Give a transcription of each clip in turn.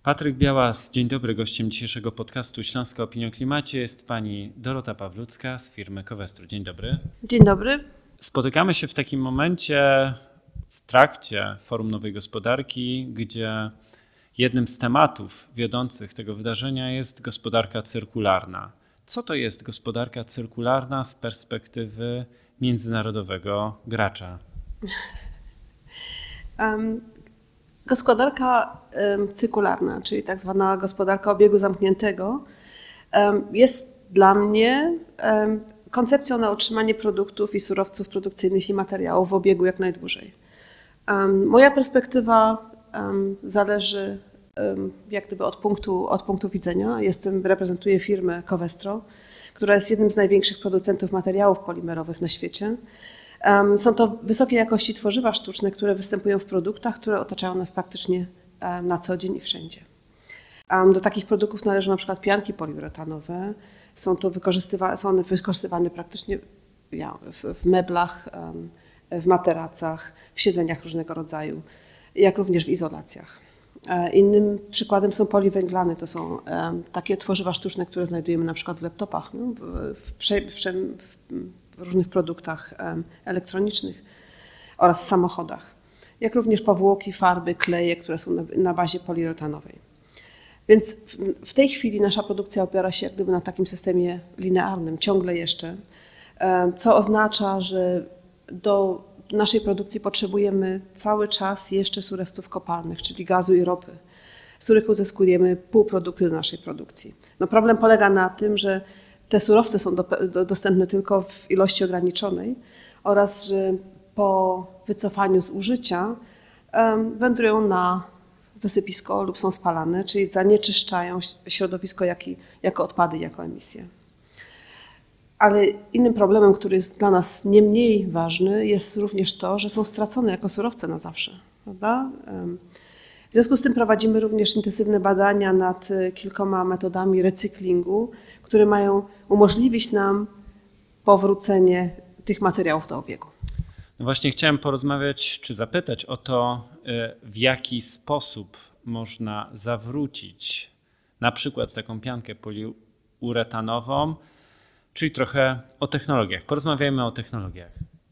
Patryk Białas, dzień dobry. Gościem dzisiejszego podcastu Śląska Opinia o Klimacie jest pani Dorota Pawlucka z firmy Covestro. Dzień dobry. Dzień dobry. Spotykamy się w takim momencie w trakcie Forum Nowej Gospodarki, gdzie jednym z tematów wiodących tego wydarzenia jest gospodarka cyrkularna. Co to jest gospodarka cyrkularna z perspektywy międzynarodowego gracza? Gospodarka cyrkularna, czyli tak zwana gospodarka obiegu zamkniętego, jest dla mnie koncepcją na utrzymanie produktów i surowców produkcyjnych i materiałów w obiegu jak najdłużej. Moja perspektywa zależy jak gdyby od punktu widzenia. Reprezentuję firmę Covestro, która jest jednym z największych producentów materiałów polimerowych na świecie. Są to wysokiej jakości tworzywa sztuczne, które występują w produktach, które otaczają nas praktycznie na co dzień i wszędzie. Do takich produktów należą na przykład pianki poliuretanowe. Są one wykorzystywane praktycznie w meblach, w materacach, w siedzeniach różnego rodzaju, jak również w izolacjach. Innym przykładem są poliwęglany. To są takie tworzywa sztuczne, które znajdujemy na przykład w laptopach, w różnych produktach elektronicznych oraz w samochodach, jak również powłoki, farby, kleje, które są na bazie poliuretanowej. Więc w tej chwili nasza produkcja opiera się jak gdyby na takim systemie linearnym, ciągle jeszcze, co oznacza, że do naszej produkcji potrzebujemy cały czas jeszcze surowców kopalnych, czyli gazu i ropy, z których uzyskujemy półprodukty do naszej produkcji. Problem polega na tym, że te surowce są dostępne tylko w ilości ograniczonej oraz, że po wycofaniu z użycia wędrują na wysypisko lub są spalane, czyli zanieczyszczają środowisko jako odpady, jako emisje. Ale innym problemem, który jest dla nas nie mniej ważny, jest również to, że są stracone jako surowce na zawsze. Prawda? W związku z tym prowadzimy również intensywne badania nad kilkoma metodami recyklingu, które mają umożliwić nam powrócenie tych materiałów do obiegu. No właśnie chciałem porozmawiać czy zapytać o to, w jaki sposób można zawrócić na przykład taką piankę poliuretanową, czyli trochę o technologiach. Porozmawiajmy o technologiach.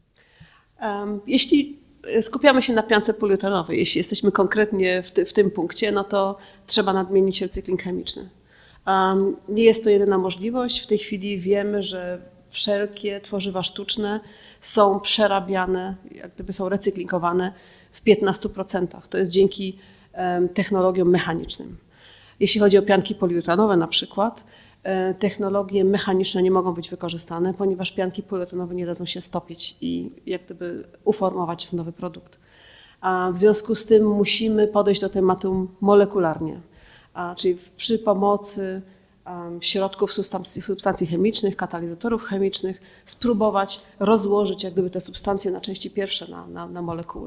Jeśli skupiamy się na piance poliuretanowej, jeśli jesteśmy konkretnie w tym punkcie, no to trzeba nadmienić recykling chemiczny. Nie jest to jedyna możliwość. W tej chwili wiemy, że wszelkie tworzywa sztuczne są przerabiane, jak gdyby są recyklingowane w 15%. To jest dzięki technologiom mechanicznym. Jeśli chodzi o pianki poliuretanowe na przykład, technologie mechaniczne nie mogą być wykorzystane, ponieważ pianki poliuretanowe nie dadzą się stopić i jak gdyby uformować w nowy produkt. W związku z tym musimy podejść do tematu molekularnie, czyli przy pomocy środków substancji chemicznych, katalizatorów chemicznych spróbować rozłożyć jak gdyby te substancje na części pierwsze, na molekuły.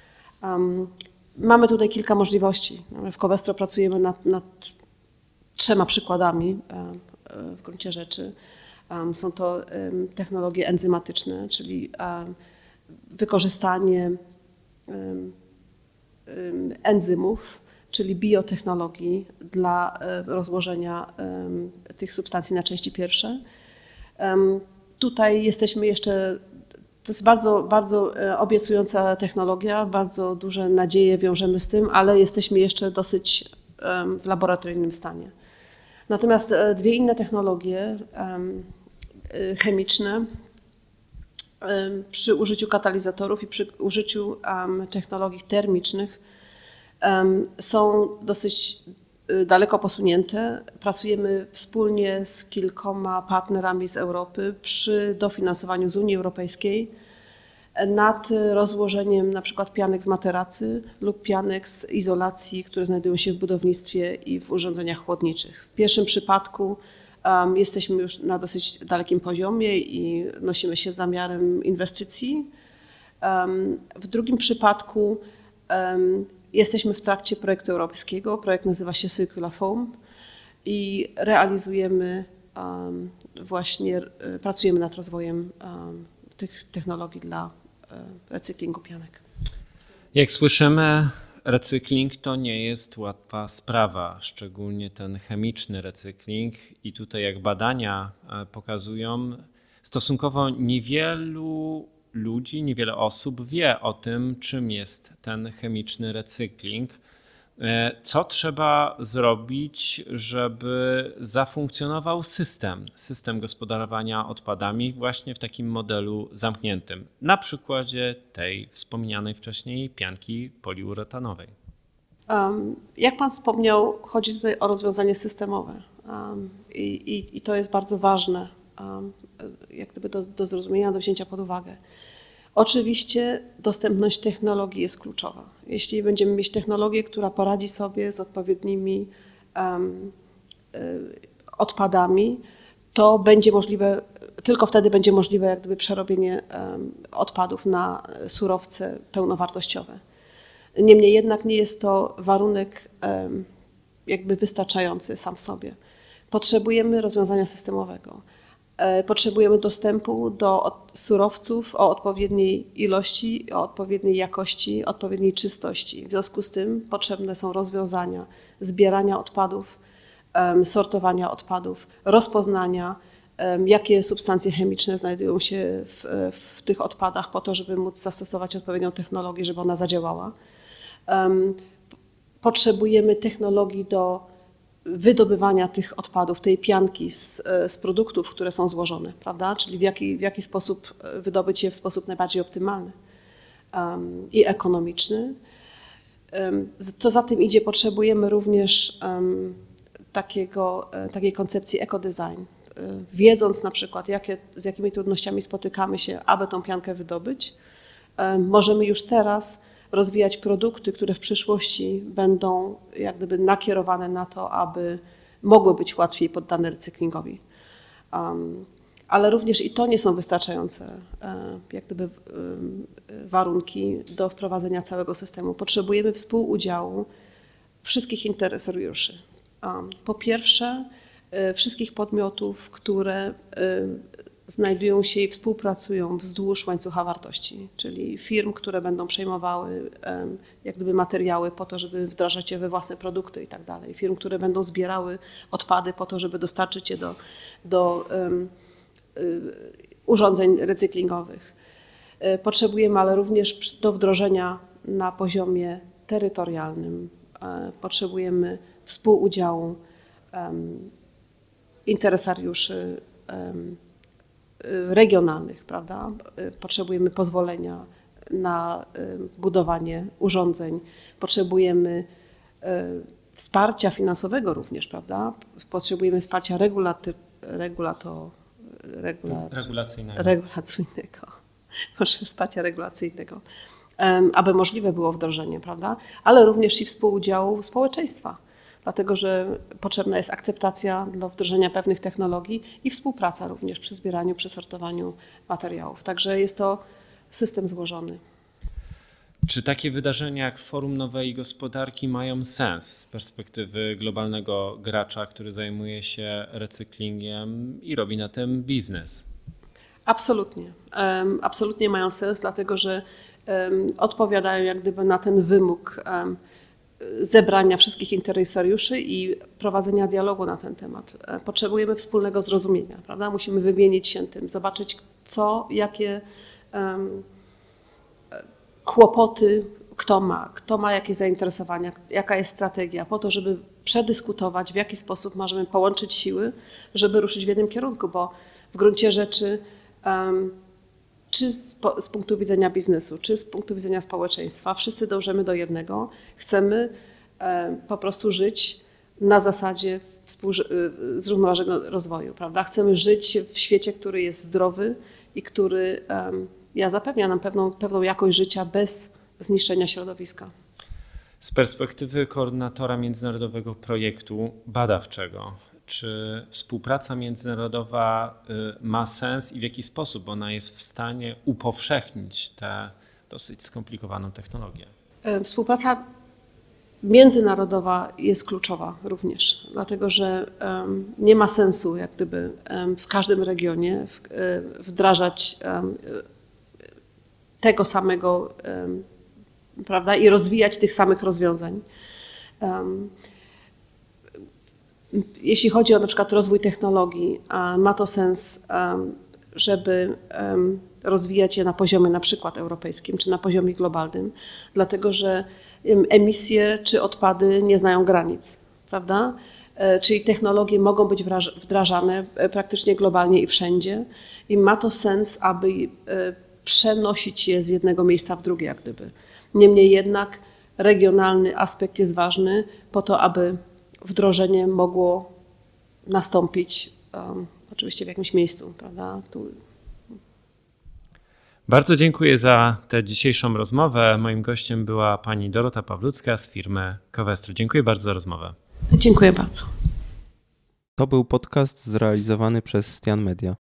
Mamy tutaj kilka możliwości. W Covestro pracujemy nad 3 przykładami w gruncie rzeczy. Są to technologie enzymatyczne, czyli wykorzystanie enzymów, czyli biotechnologii dla rozłożenia tych substancji na części pierwsze. Tutaj jesteśmy jeszcze, to jest bardzo, bardzo obiecująca technologia, bardzo duże nadzieje wiążemy z tym, ale jesteśmy jeszcze dosyć w laboratoryjnym stanie. Natomiast 2 inne technologie chemiczne przy użyciu katalizatorów i przy użyciu technologii termicznych są dosyć daleko posunięte. Pracujemy wspólnie z kilkoma partnerami z Europy przy dofinansowaniu z Unii Europejskiej nad rozłożeniem na przykład pianek z materacy lub pianek z izolacji, które znajdują się w budownictwie i w urządzeniach chłodniczych. W pierwszym przypadku jesteśmy już na dosyć dalekim poziomie i nosimy się z zamiarem inwestycji. W drugim przypadku jesteśmy w trakcie projektu europejskiego. Projekt nazywa się Circular Foam i realizujemy pracujemy nad rozwojem tych technologii dla recyklingu pianek. Jak słyszymy, Recykling to nie jest łatwa sprawa, szczególnie ten chemiczny recykling. I tutaj, jak badania pokazują, stosunkowo niewielu ludzi, niewiele osób wie o tym, czym jest ten chemiczny recykling. Co trzeba zrobić, żeby zafunkcjonował system gospodarowania odpadami właśnie w takim modelu zamkniętym, na przykładzie tej wspomnianej wcześniej pianki poliuretanowej? Jak Pan wspomniał, chodzi tutaj o rozwiązanie systemowe i to jest bardzo ważne, jak gdyby do zrozumienia, do wzięcia pod uwagę. Oczywiście dostępność technologii jest kluczowa. Jeśli będziemy mieć technologię, która poradzi sobie z odpowiednimi odpadami, to będzie możliwe, tylko wtedy będzie możliwe jak gdyby przerobienie odpadów na surowce pełnowartościowe. Niemniej jednak nie jest to warunek jakby wystarczający sam w sobie. Potrzebujemy rozwiązania systemowego. Potrzebujemy dostępu do surowców o odpowiedniej ilości, o odpowiedniej jakości, odpowiedniej czystości. W związku z tym potrzebne są rozwiązania zbierania odpadów, sortowania odpadów, rozpoznania, jakie substancje chemiczne znajdują się w tych odpadach po to, żeby móc zastosować odpowiednią technologię, żeby ona zadziałała. Potrzebujemy technologii do wydobywania tych odpadów, tej pianki z produktów, które są złożone, prawda? Czyli w jaki sposób wydobyć je w sposób najbardziej optymalny i ekonomiczny. Co za tym idzie, potrzebujemy również takiej koncepcji ekodesign. Wiedząc na przykład, z jakimi trudnościami spotykamy się, aby tą piankę wydobyć, możemy już teraz rozwijać produkty, które w przyszłości będą jak gdyby nakierowane na to, aby mogły być łatwiej poddane recyklingowi. Ale również i to nie są wystarczające jak gdyby warunki do wprowadzenia całego systemu. Potrzebujemy współudziału wszystkich interesariuszy. Po pierwsze, wszystkich podmiotów, które znajdują się i współpracują wzdłuż łańcucha wartości, czyli firm, które będą przejmowały jak gdyby materiały po to, żeby wdrażać je we własne produkty i tak dalej. Firm, które będą zbierały odpady po to, żeby dostarczyć je do urządzeń recyklingowych. Potrzebujemy, ale również do wdrożenia na poziomie terytorialnym. Potrzebujemy współudziału interesariuszy regionalnych, prawda? Potrzebujemy pozwolenia na budowanie urządzeń, potrzebujemy wsparcia finansowego również, prawda? Potrzebujemy wsparcia regulacyjnego, wsparcia regulacyjnego, aby możliwe było wdrożenie, prawda? Ale również i współudziału społeczeństwa. Dlatego, że potrzebna jest akceptacja do wdrożenia pewnych technologii i współpraca również przy zbieraniu, przy sortowaniu materiałów. Także jest to system złożony. Czy takie wydarzenia jak Forum Nowej Gospodarki mają sens z perspektywy globalnego gracza, który zajmuje się recyklingiem i robi na tym biznes? Absolutnie. Absolutnie mają sens, dlatego że odpowiadają jak gdyby na ten wymóg zebrania wszystkich interesariuszy i prowadzenia dialogu na ten temat. Potrzebujemy wspólnego zrozumienia, prawda? Musimy wymienić się tym, zobaczyć jakie kłopoty kto ma jakie zainteresowania, jaka jest strategia, po to, żeby przedyskutować, w jaki sposób możemy połączyć siły, żeby ruszyć w jednym kierunku, bo w gruncie rzeczy czy z punktu widzenia biznesu, czy z punktu widzenia społeczeństwa, wszyscy dążymy do jednego. Chcemy po prostu żyć na zasadzie zrównoważonego rozwoju, prawda? Chcemy żyć w świecie, który jest zdrowy i który zapewnia nam pewną jakość życia bez zniszczenia środowiska. Z perspektywy koordynatora międzynarodowego projektu badawczego, czy współpraca międzynarodowa ma sens i w jaki sposób ona jest w stanie upowszechnić tę dosyć skomplikowaną technologię? Współpraca międzynarodowa jest kluczowa również, dlatego że nie ma sensu jak gdyby w każdym regionie wdrażać tego samego prawda, i rozwijać tych samych rozwiązań. Jeśli chodzi o na przykład rozwój technologii, ma to sens, żeby rozwijać je na poziomie na przykład europejskim czy na poziomie globalnym, dlatego że emisje czy odpady nie znają granic, prawda? Czyli technologie mogą być wdrażane praktycznie globalnie i wszędzie i ma to sens, aby przenosić je z jednego miejsca w drugie, jak gdyby. Niemniej jednak regionalny aspekt jest ważny po to, aby wdrożenie mogło nastąpić oczywiście w jakimś miejscu, prawda? Bardzo dziękuję za tę dzisiejszą rozmowę. Moim gościem była pani Dorota Pawlucka z firmy Covestro. Dziękuję bardzo za rozmowę. Dziękuję bardzo. To był podcast zrealizowany przez Stian Media.